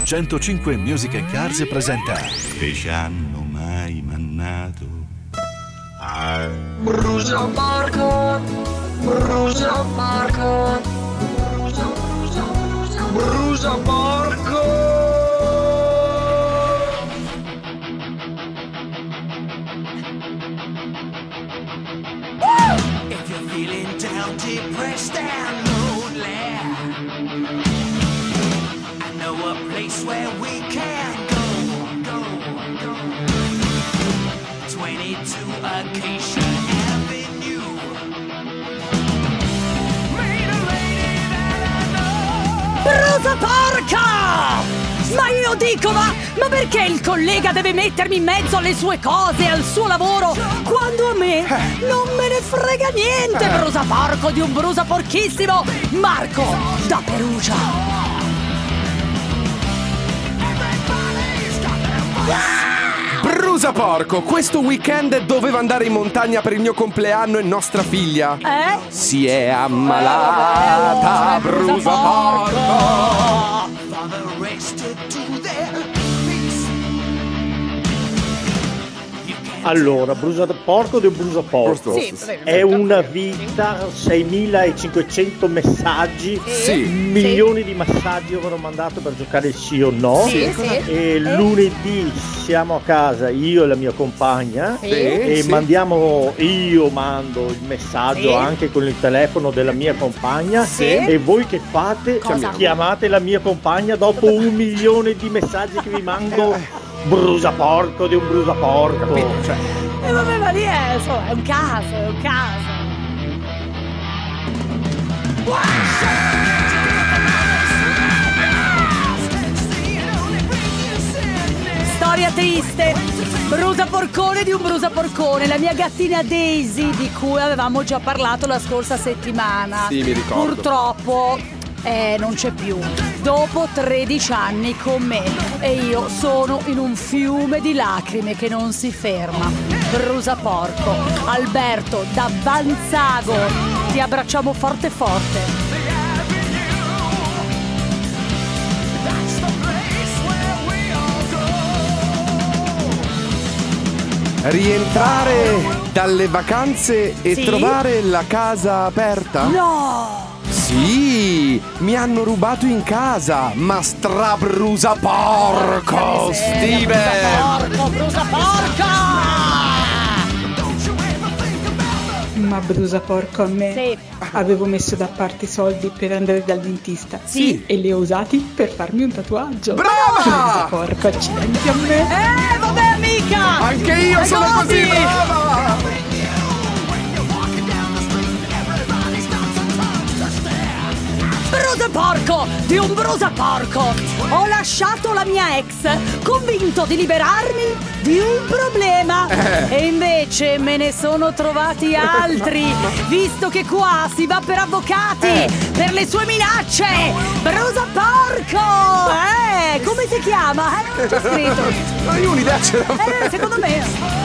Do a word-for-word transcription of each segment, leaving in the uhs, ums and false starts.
centocinque Music and Cars presenta Che ci hanno mai mannato a Brusa Porco, Brusa Porco, Brusa, Brusa, Brusa, Brusa Porco. If you're feeling down, depressed and lonely, I know a place where we can go, go, go. twenty-two Acacia Avenue. Meet a lady that I know. Brusa Porca! Ma io dico, ma, ma perché il collega deve mettermi in mezzo alle sue cose, al suo lavoro, quando a me non me ne frega niente, brusa porco di un brusa porchissimo, Marco da Perugia. Brusa porco, questo weekend doveva andare in montagna per il mio compleanno e nostra figlia Eh? si è ammalata, brusa porco. Father rested to their peace. Allora, Brusa Porco di un Brusa Porco Sì, è una vita, seimilacinquecento messaggi, Sì. milioni di messaggi avrò mandato per giocare il sì o no. Sì, sì. E lunedì siamo a casa io e la mia compagna Sì. e Sì. mandiamo, io mando il messaggio Sì. anche con il telefono della mia compagna. Sì. E voi che fate? Cosa? Chiamate la mia compagna dopo un milione di messaggi che vi mando. Brusa porco di un brusa porco. Cioè, E vabbè, ma lì è, insomma, è un caso, è un caso. Storia triste, brusa porcone di un brusa porcone, la mia gattina Daisy di cui avevamo già parlato la scorsa settimana. Sì, mi ricordo. Purtroppo eh, non c'è più. Dopo tredici anni con me e io sono in un fiume di lacrime che non si ferma. Brusa porco, Alberto da Banzago, ti abbracciamo forte forte. rientrare dalle vacanze e Sì? trovare la casa aperta? No! Sì, mi hanno rubato in casa, ma strabrusa porco, Steven! Porco, brusa porca! Ma brusa porco, a me Sì. avevo messo da parte i soldi per andare dal dentista. Sì. E li ho usati per farmi un tatuaggio. Brava! Brusa porco, accidenti a me. Eh, vabbè amica! Anche io sono Godi! così brava! Brusa porco di un brusa porco! Ho lasciato la mia ex convinto di liberarmi di un problema Eh. e invece me ne sono trovati altri, visto che qua si va per avvocati Eh. per le sue minacce. Brusa porco! Eh, come si chiama? Eh, c'è scritto. Ma io un'idea ce l'ho. Eh, secondo me.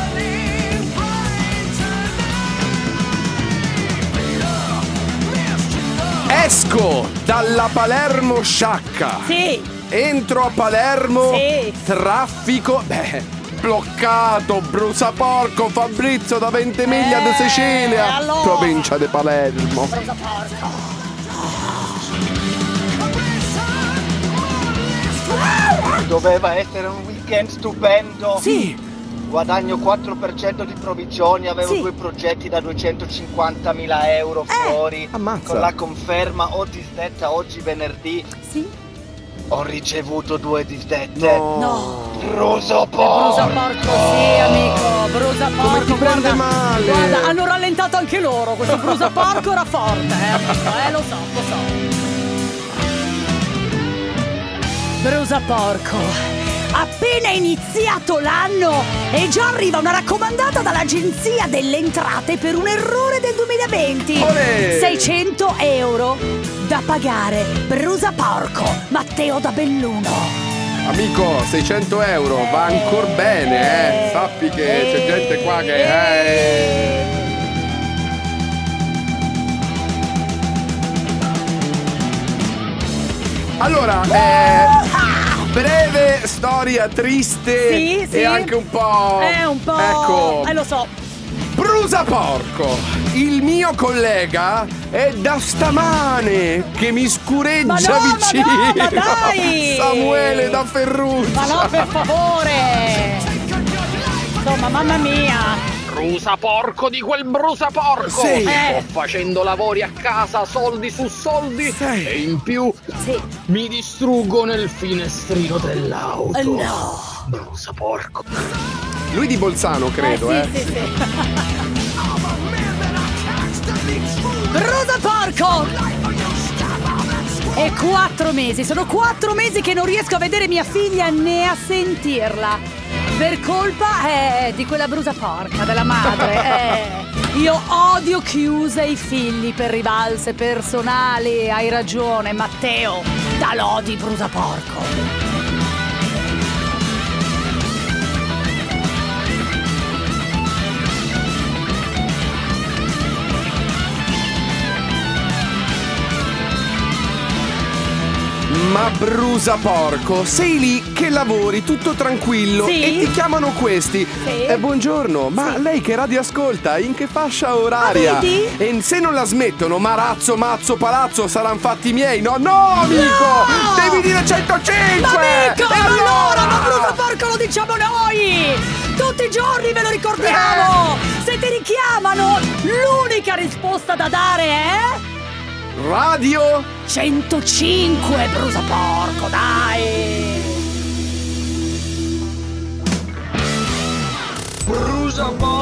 Esco dalla Palermo sciacca. Sì. Entro a Palermo. Sì. Traffico. Beh, bloccato. Brusa porco. Fabrizio da Ventimiglia di Eh, Sicilia. allora. Provincia di Palermo. Brusa porco. Doveva essere un weekend stupendo. Sì. Guadagno quattro per cento di provvigioni, avevo Sì. due progetti da duecentocinquantamila euro fuori. ammazza. Con la conferma o disdetta oggi venerdì. Sì. Ho ricevuto due disdette. No. No. Bruso Brusa porco! porco, sì amico, brusa porco. Come ti prende guarda, male? Guarda, hanno rallentato anche loro, questo brusa porco era forte, eh amico, eh lo so, lo so. Brusa porco. Appena iniziato l'anno e già arriva una raccomandata dall'Agenzia delle Entrate per un errore del duemilaventi. Olè! seicento euro da pagare. Brusa porco, Matteo da Belluno. Amico, seicento euro, va ancora bene, eh. Sappi che c'è gente qua che... Eh. Allora, eh... storia triste Sì, sì. e anche un po'... È un po'... Ecco. Eh, lo so. Brusaporco, il mio collega è da stamane che mi scureggia Ma no, vicino. ma no, ma dai! Samuele da Ferruccia. Ma no, per favore! Insomma, mamma mia! Brusaporco di quel brusaporco! Sì. Sto facendo lavori a casa, soldi su soldi, Sì. e in più Sì. mi distruggo nel finestrino dell'auto. Oh, no! Brusaporco. Lui di Bolzano, credo, eh. eh. Sì, sì, sì. Brusaporco! È quattro mesi, sono quattro mesi che non riesco a vedere mia figlia né a sentirla. Per colpa eh, di quella brusaporca della madre. Eh. Io odio chiuse i figli per rivalse personali. Hai ragione, Matteo. Da lodi, brusaporco. Ma Brusaporco, sei lì che lavori tutto tranquillo Sì? e ti chiamano questi. Sì. Eh, buongiorno, ma Sì. lei che radio ascolta? In che fascia oraria? Ah, vedi? E se non la smettono, Marazzo, Mazzo, Palazzo, saranno fatti miei. No, no, amico! No! Devi dire centocinque! Ma mica, E allora, ma Brusaporco lo diciamo noi! Tutti i giorni ve lo ricordiamo! Se ti richiamano, l'unica risposta da dare è... Radio? centocinque, Brusaporco, dai! Brusaporco